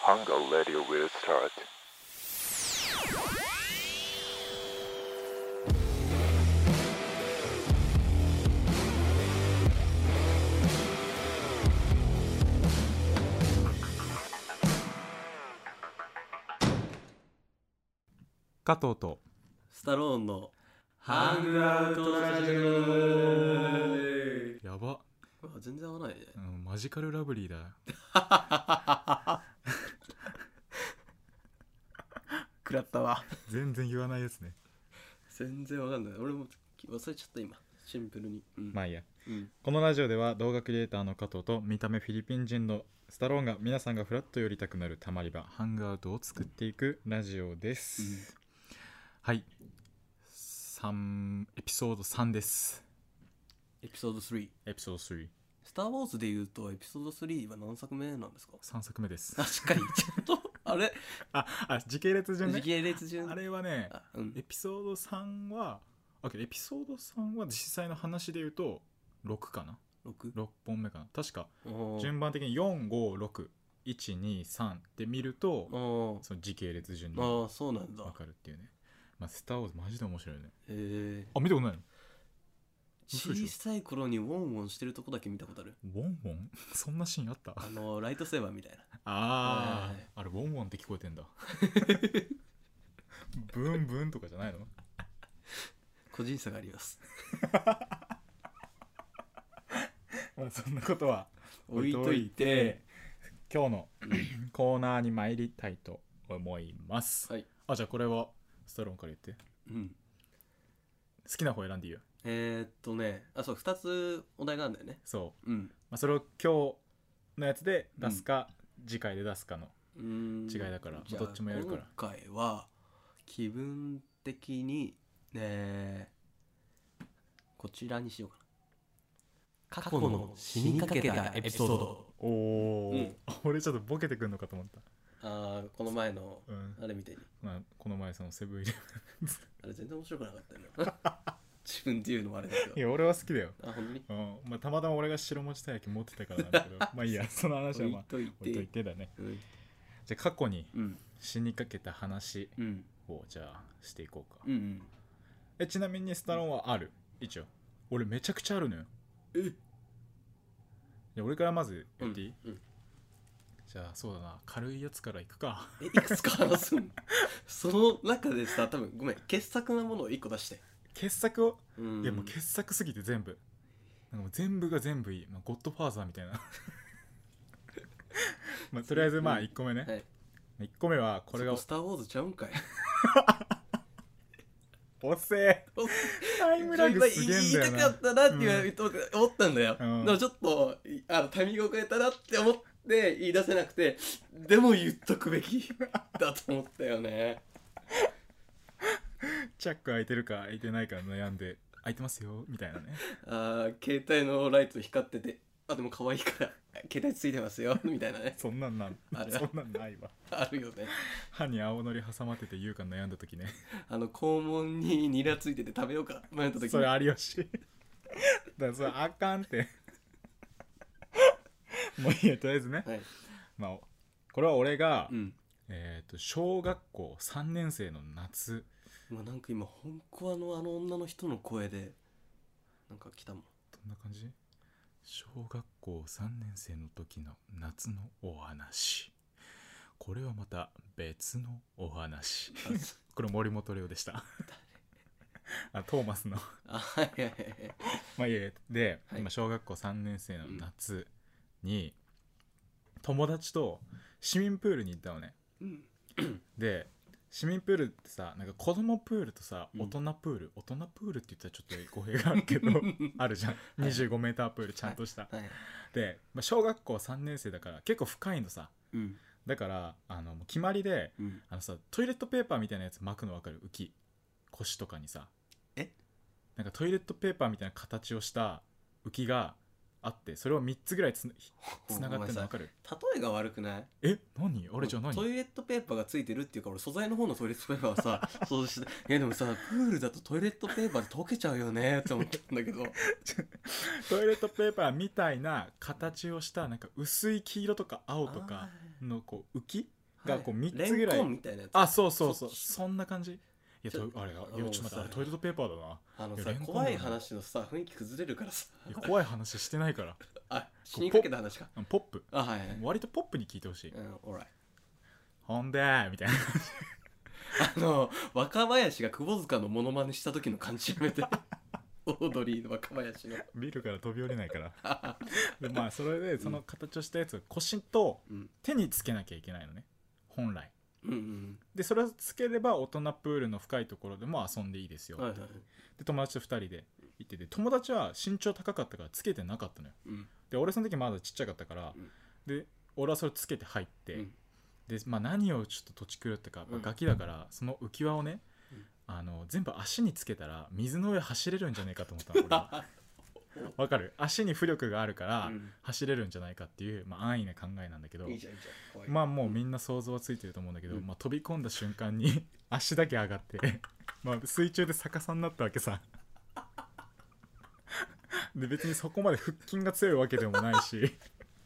Hunger Radio will start. 加藤とスタローンのハングアウトラジオ。 やば、 全然合わないね、 マジカルラブリーだ。 食らったわ。 全然言わないやつね。 全然わかんない。俺も忘れちゃった今、シンプルに、 まあいいや、このラジオでは動画クリエイターの加藤と見た目フィリピン人のスタローンが皆さんがフラッと寄りたくなるたまり場ハングアウトを作っていくラジオです、はい、エピソード3です。 エピソード3。 エピソード3。 スター・ウォーズでいうとエピソード3は何作目なんですか ？3作目です。 確かにちゃんとあれ時系列順ね。 時系列順。 あれはね、エピソード3はエピソード3は実際の話で言うと6かな。 6本目かな確か。順番的に456123123って見るとその時系列順に分そうなんだ。 かるっていうね。まあ、スター・ウォーズマジで面白いよね。見たことないの？ 小さい頃にウォンウォンしてるとこだけ見たことある。 ウォンウォンそんなシーンあった？ ライトセーバーみたいな。 あれウォンウォンって聞こえてんだ。ブンブンとかじゃないの？ 個人差があります。 まあそんなことは置いといて今日のコーナーに参りたいと思います、はい。じゃあこれはストローンから言って、好きな方選んでいいよ。そう 2つお題があるんだよね。 そう、それを今日のやつで出すか、次回で出すかの違いだから、どっちもやるから。 今回は気分的にこちらにしようかな。過去の死にかけたエピソード。 俺ちょっとボケてくんのかと思った。 この前の、あれみたいに、 この前そのセブンイレブンあれ全然面白くなかったよね。自分っていうのもあれだけど。 いや俺は好きだよ。 本当に？ たまたま俺が白餅たい焼き持ってたからなんだけどまあいいや、その話はまあ置いといてだね、じゃあ過去に死にかけた話をじゃあしていこうか、ちなみにスタローンはある？一応俺めちゃくちゃあるのよ。じゃあ俺からまずやっていい？じゃあそうだな、軽いやつからいくか。 いくつか話すんその中でさ、多分ごめん、傑作なものを1個出して。 傑作を、いやもう傑作すぎて全部なんかもう全部が全部いい、ゴッドファーザーみたいなとりあえずまあ1個目ね、1個目はこれがスター・ウォーズちゃうんかい。 おせえタイムラグすげえんだよな。 言いたかったなって思ったんだよ、でもちょっとタイミングを変えたなって思って言い出せなくて、でも言っとくべきだと思ったよね。 チャック開いてるか開いてないか悩んで、開いてますよみたいなね。 携帯のライト光ってて、でも可愛いから携帯ついてますよみたいなね。 そんなんないわ。 あるよね。 歯に青のり挟まってて言うか悩んだ時ね。 肛門にニラついてて食べようか迷った時。 それ有吉だからそれあかんってもういいや、とりあえずね、まあこれは俺が、小学校3年生の夏。 なんか今本当あの女の人の声でなんか来たもん。 どんな感じ？小学校3年生の時の夏のお話。これはまた別のお話これ森本レオでしたトーマスのまあいいや。で、今小学校3年生の夏に友達と市民プールに行ったのね、で市民プールってさ、なんか子供プールとさ、大人プールって言ったらちょっと語弊があるけどあるじゃん、25メータープールちゃんとした、で、小学校3年生だから結構深いのさ、だから決まりで、トイレットペーパーみたいなやつ巻くの分かる？浮き腰とかにさ、なんかトイレットペーパーみたいな形をした浮きがあって、それを3つぐらいつながってるの分かる？ 例えが悪くない？ 何？あれじゃあ何？ トイレットペーパーがついてるっていうか、俺素材の方のトイレットペーパーはさそうして、でもさプールだとトイレットペーパーで溶けちゃうよねって思ったんだけどトイレットペーパーみたいな形をしたなんか薄い黄色とか青とかのこう浮きがこう3つレぐらい、 ンコンみたいなやつ。 あ、そうそうそう、 そっちそんな感じ。いやちょあれいやちょっと待って、 さあれトイレットペーパーだな。いやさレンコン怖い話のさ雰囲気崩れるからさ。 いや怖い話してないからあ、死にかけた話か。 ポップ、 あ、はいはい。 割とポップに聞いてほしい。 オーライ。 ほんでーみたいな若林が窪塚のモノマネした時の感じやめて。オードリーの若林の。 ビルから飛び降りないからでまあそれでその形をしたやつを腰とうん手につけなきゃいけないのね、本来うんで。それをつければ大人プールの深いところでも遊んでいいですよ、 はいはい。 で友達と2人で行ってて、友達は身長高かったからつけてなかったのよ。 うんで俺その時まだちっちゃかったから、 うんで俺はそれつけて入って、 うんでまあ何をちょっと土地狂ったか、 うんガキだからその浮き輪をね、全部足につけたら水の上走れるんじゃねえかと思ったの俺はわかる、足に浮力があるからうん走れるんじゃないかっていう、まあ、安易な考えなんだけど、 いいじゃんいいじゃん。怖いまあもうみんな想像はついてると思うんだけど、 うんまあ、飛び込んだ瞬間に足だけ上がってまあ水中で逆さになったわけさで別にそこまで腹筋が強いわけでもないし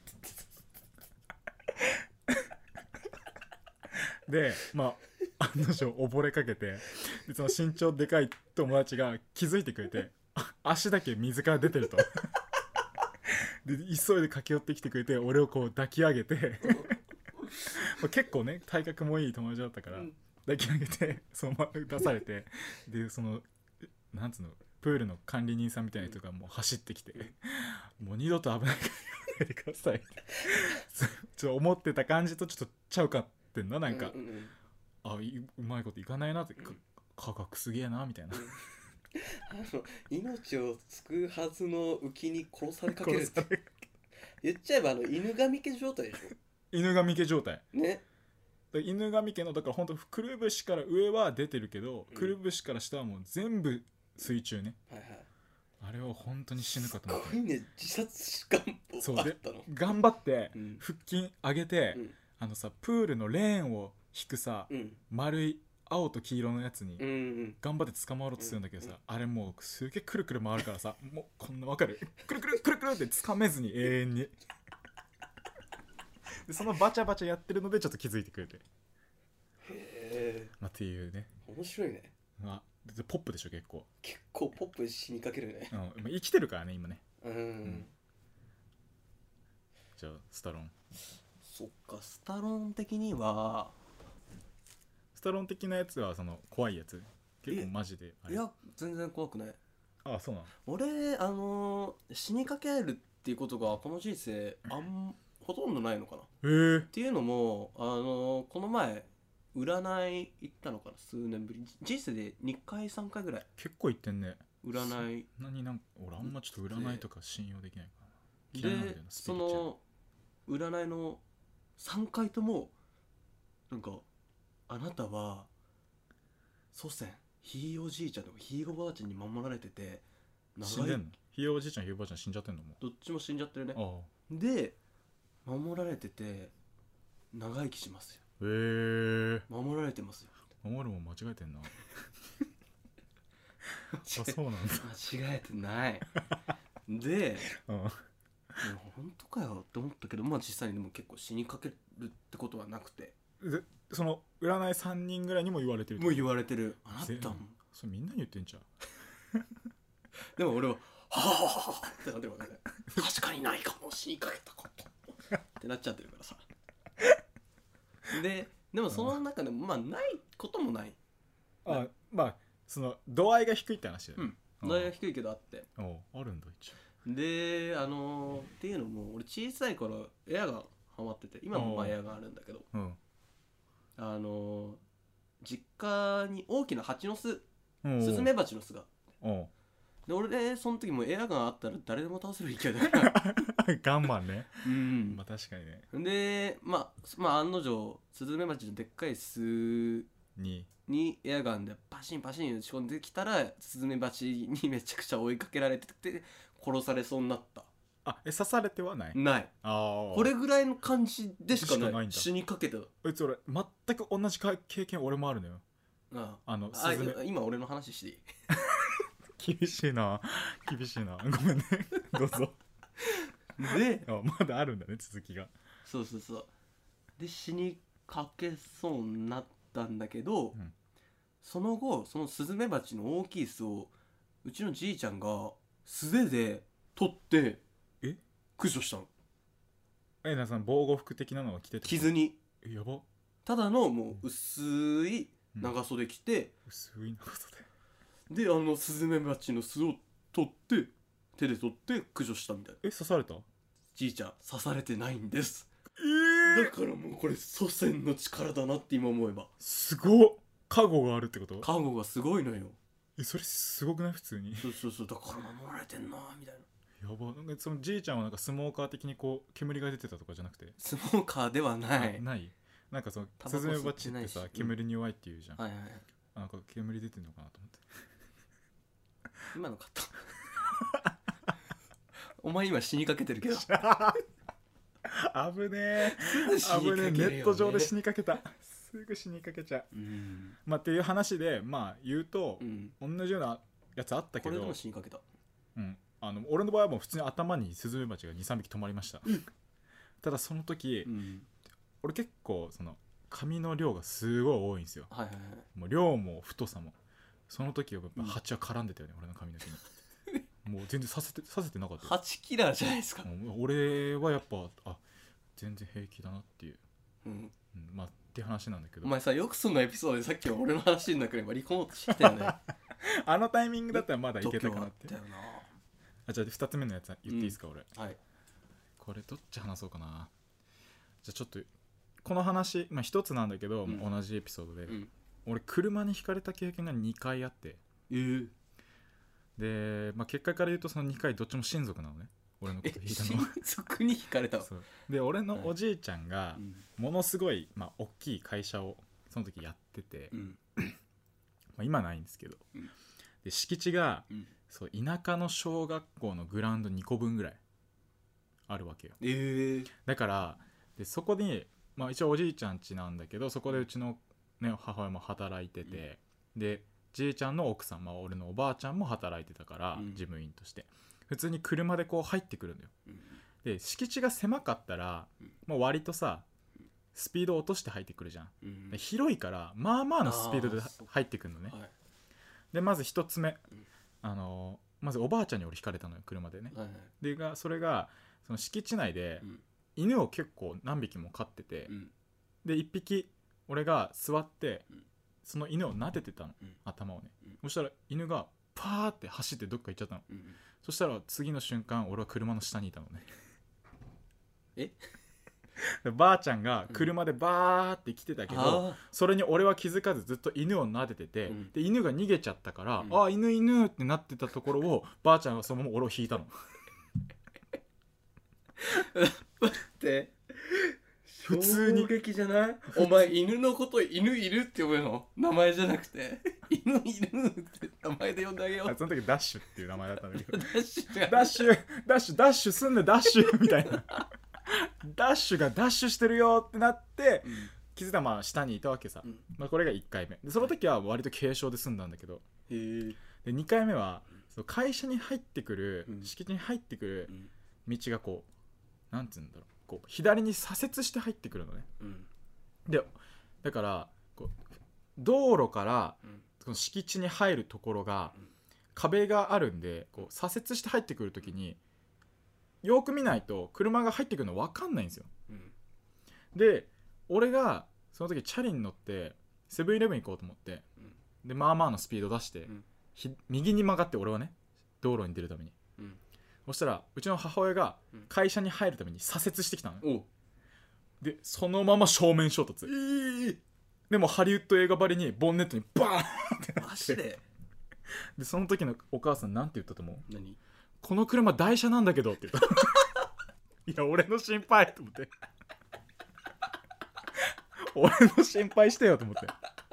でまあ案の定溺れかけて、でその身長でかい友達が気づいてくれて、足だけ水から出てるとで急いで駆け寄ってきてくれて、俺をこう抱き上げてまあ結構ね体格もいい友達だったから、 うん抱き上げてそのまま出されてでそのなんつうのプールの管理人さんみたいな人がもう走ってきて、もう二度と危ないからやめてくださいちょっと思ってた感じとちょっとちゃうかってんな、なんか、 うんうんうんうまいこといかないなって、価格すげえなみたいな命を救うはずの浮きに殺されかけるって殺され言っちゃえば犬神家状態でし犬神家状態ょね。 で犬神家のだから本当くるぶしから上は出てるけど、 うんくるぶしから下はもう全部水中ね。 はいはい。 あれは本当に死ぬかと思ったすごいね、自殺願望あったの。 頑張ってうん腹筋上げて、 うんあのさプールのレーンを引くさ、 うん丸い青と黄色のやつにうんうん頑張って捕まろうとするんだけどさ、 うんあれもうすげえくるくる回るからさもうこんなわかるくるくるくるくるって掴めずに永遠にでそのバチャバチャやってるのでちょっと気づいてくれて、 へまあ、っていうね、 え面白いね。 まあ、でポップでしょ結構、 結構ポップに死にかけるね。 まあ生きてるからね今ね。 うんじゃあスタロンそっか、スタロン的には的なやつはその怖いやつ結構マジであれ。 いや全然怖くない。 ああそうなの。 俺死にかけるっていうことがこの人生ほとんどないのかなっへえ。 ていうのもこの前占い行ったのかな、数年ぶり。人生で2回3回ぐらい結構言ってんね。 占い何なんか俺あんまちょっと占いとか信用できないからな。嫌いなんだよで、 なスピそリチュアル。 の占いの3回ともなんか、あなたは祖先ひいおじいちゃんとかひいおばあちゃんに守られてて死んでんの？ひいおじいちゃんひいおばあちゃん死んじゃってんのもどっちも死んじゃってるね。 う。 で守られてて長生きしますよ、 ああ。へえ。 守られてますよ。 守るもん間違えてんな。あそうなんだ。 間違えてないでうん。 もう本当かよって思ったけど、まあ実際にでも結構死にかけるってことはなくて、 でその占い3人ぐらいにも言われてる。 もう言われてる。あなたもそれみんなに言ってんじゃん。 でも俺ははぁはぁはぁってなってるわけね。確かにないかも、死にかけたことってなっちゃってるからさ。でもその中でもまあないこともない。 あまあその度合いが低いって話だよね。 度合いが低いけどあって。 おうあるんだ一応。 でっていうのも俺小さい頃エアガンハマってて、今もまあエアガンあるんだけど、 うん。 実家に大きな蜂の巣、 うんスズメバチの巣が。 おうで俺その時もエアガンあったら誰でも倒せる勢いだからガンマンね。 うんまあ確かにね。 でまあ案の定スズメバチのでっかい巣ににエアガンでパシンパシン打ち込んできたらスズメバチにめちゃくちゃ追いかけられてて殺されそうになった。 刺されてはない。 ないああ。 これぐらいの感じでしかない。 しかないんだ死にかけた。 あいつ俺全く同じ経験俺もあるのよ。スズメ今俺の話していい厳しいな厳しいなごめんねどうぞ。 であまだあるんだね続きが。 そうで死にかけそうになったんだけど、 うんその後そのスズメバチの大きい巣をうちのじいちゃんが素手で取ってえ駆除したの。 なさん防護服的なのを着てて傷にやばただのもう薄い長袖着て、 薄い長袖でスズメバチの巣を取って手で取って駆除したみたいな。 刺されたじいちゃん刺されてないんです。だからもうこれ祖先の力だなって今思えば。 すごっ加護があるってこと看護がすごいのよ。 それすごくない普通にそうだから守られてんなみたいな。 やばなんかそのじいちゃんはなんかスモーカー的にこう煙が出てたとかじゃなくてスモーカーではない。 ないなんかそのタバコスズメバチって吸ってないしさ煙に弱いって言うじゃん、 はいはいはい。 なんか煙出てんのかなと思って今のカットお前今死にかけてるけど危ねえ死にかけるよねネット上で死にかけたすぐ死にかけちゃうまあっていう話でまあ言うと、同じようなやつあったけどこれでも死にかけた。 俺の場合はもう普通に頭にスズメバチが 2,3 匹止まりました、ただその時、俺結構その髪の量がすごい多いんですよ、 はいはいはい。 もう量も太さもその時はやっぱ蜂は絡んでたよね、俺の髪の毛にもう全然させてなかったよ。 8キラーじゃないですか。 もう俺はやっぱ全然平気だなっていう、まあって話なんだけど、 お前さよくそのエピソードでさっきの俺の話になくれば離婚してきたよねあのタイミングだったらまだいけたかなって度胸あったよじゃあ2つ目のやつ言っていいですか、俺な。はい。 これどっち話そうかな。じゃあちょっとこの話、まあ、一つなんだけど、同じエピソードで、俺車にひかれた経験が2回あって、で、まあ、結果から言うとその2回どっちも親族なのね、俺のこと引いたのは親族に惹かれたわ。 そうで俺のおじいちゃんがものすごい、まあ、大きい会社をその時やってて、まあ、今ないんですけど、で敷地が、そう田舎の小学校のグラウンド2個分ぐらいあるわけよ。だからでそこに、まあ、一応おじいちゃん家なんだけど、そこでうちの、ね、母親も働いてて、でじいちゃんの奥さん、まあ、俺のおばあちゃんも働いてたから、事務員として普通に車でこう入ってくるんだよ、で敷地が狭かったら、まあ、割とさスピード落として入ってくるじゃん、で広いからまあまあのスピードで入ってくるのね、でまず一つ目、まずおばあちゃんに俺引かれたのよ車でね、でそれがその敷地内で、犬を結構何匹も飼ってて、で1匹俺が座って、その犬を撫でてたの、頭をね、そしたら犬がパーって走ってどっか行っちゃったの、そしたら次の瞬間俺は車の下にいたのねばあちゃんが車でバーって来てたけど、それに俺は気づかずずっと犬を撫でてて、で犬が逃げちゃったから、犬ってなってたところをばあちゃんがそのまま俺を引いたの待って普通に衝撃じゃない？お前犬のこと犬いるって呼ぶの？名前じゃなくて犬いるって名前で呼んであげよう。 その時ダッシュっていう名前だったんだけどダッシュダッシュすんでダッシュみたいなダッシュがダッシュしてるよってなって、気づいたらまあ下にいたわけさ、まあ、これが1回目で、その時は割と軽傷で済んだんだけど、で2回目はその会社に入ってくる、敷地に入ってくる道がこうなんていうんだろう、こう左に左折して入ってくるのね、でだからこう道路からその敷地に入るところが壁があるんで、こう左折して入ってくるときによく見ないと車が入ってくるの分かんないんですよ、で俺がその時チャリに乗ってセブンイレブン行こうと思って、でまあまあのスピード出して、右に曲がって俺はね道路に出るために、そしたらうちの母親が会社に入るために左折してきたの、でそのまま正面衝突、でもハリウッド映画ばりにボンネットにバーンってなって、 マジででその時のお母さんなんて言ったと思う？ 何？ この車台車なんだけどって言ったいや俺の心配と思って俺の心配してよと思って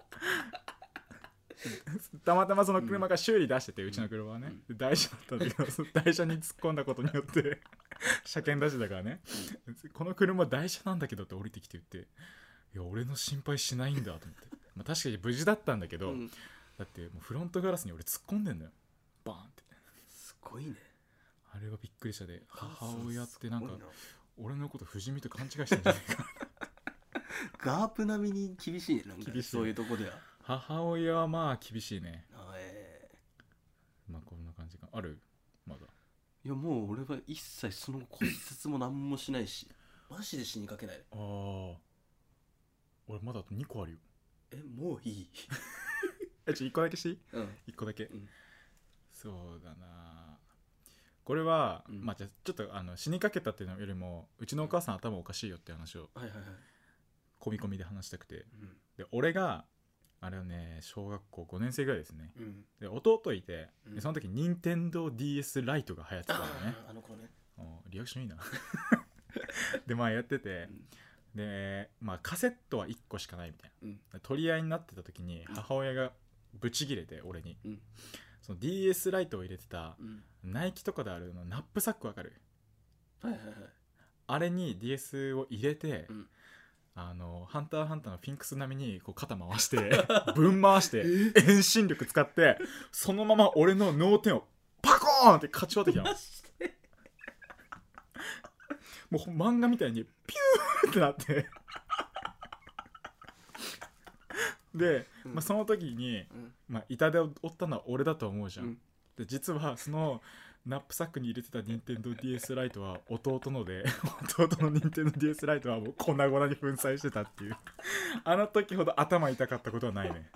たまたまその車が修理出してて、うちの車はね、台車だったんだけど、その台車に突っ込んだことによって車検出してたからね、この車台車なんだけどって降りてきて言って、いや俺の心配しないんだと思って、まあ、確かに無事だったんだけど、だってもうフロントガラスに俺突っ込んでんだよ、バーンって。 すごいね。 あれはびっくりしたで、母親ってなんか俺のこと不死身と勘違いしてんじゃないかガープ並みに厳しいね、なんか厳しいそういうとこでは。 母親はまあ厳しいね。 あまあこんな感じか。あるまだ。 いやもう俺は一切その骨折も何もしないし、マジで死にかけないね。 ああ。俺まだあと2個あるよ。 もういい 1個だけしていい？ うん 1個だけ。 うんそうだな。これは、 うんまあじゃあちょっと死にかけたっていうのよりも、うちのお母さん頭おかしいよって話をはいはいはい。 込み込みで話したくて。 うんで、俺が、あれはね、小学校5年生ぐらいですね。 うんで、弟いて、 うんでその時、任天堂 DS ライトが流行ってたのね。 あの子ね。 リアクションいいな。で、まあやってて、で、まあカセットは1個しかないみたいうんな。取り合いになってた時に、母親がブチギレて、俺に。 うんその DS ライトを入れてた、 うんナイキとかであるのナップサックわかる？ はいはいはいあれに DS を入れて、 うんハンターハンターのフィンクス並みにこう肩回してぶん回して遠心力使ってそのまま俺の脳天をパコーンって勝ち割ってきたの。もう漫画みたいにピューってなってで、まあ、その時に、まあ、痛手を負ったのは俺だと思うじゃん、 うんで実はそのナップサックに入れてた任天堂 DS ライトは弟ので弟の任天堂 DS ライトはもう粉々に粉砕してたっていうあの時ほど頭痛かったことはないね。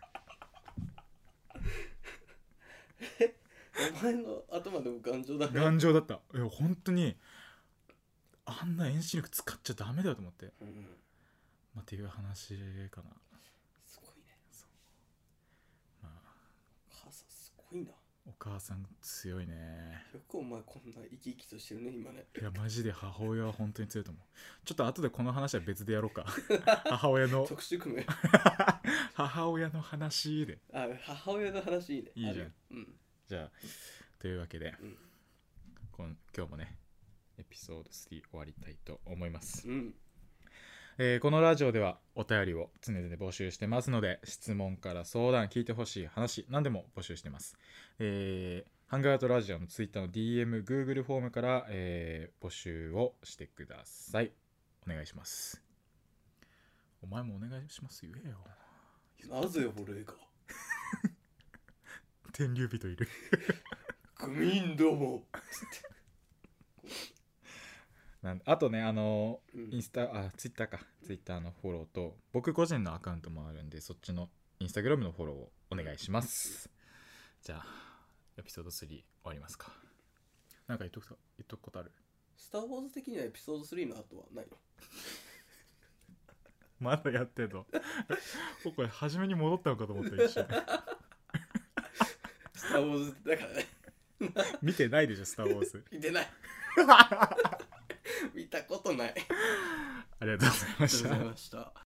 お前の頭でも頑丈だね。 頑丈だった。いや本当にあんな遠心力使っちゃダメだよと思って、 うんまあ、っていう話かな。 すごいね。 まあ母さんすごいな。 お母さん強いね。 よくお前こんな生き生きとしてるね今ね。 いやマジで母親は本当に強いと思う。ちょっと後でこの話は別でやろうか母親の特殊組め。 母親の話で。 あ、母親の話いいね。 いいじゃんある。うんじゃあというわけで、 うん今日もねエピソード3終わりたいと思います、 うんこのラジオではお便りを常々募集してますので、質問から相談、聞いてほしい話何でも募集してます。ハンガーアウトラジオのツイッターの DM、Google フォームから、募集をしてください。お願いします。お前もお願いします言えよ。 なぜ俺が天竜人いるグミンどもあとねうんツイッターのフォローと僕個人のアカウントもあるんで、そっちのインスタグラムのフォローをお願いします。じゃあエピソード3終わりますか。なんか言っとくことある？ スター・ウォーズ的にはエピソード3の後はないの？ まだやってんのこれ初めに戻ったのかと思った一瞬スター・ウォーズだからね見てないでしょスター・ウォーズ見てない見たことない。 ありがとうございまありがとうございした。 ました。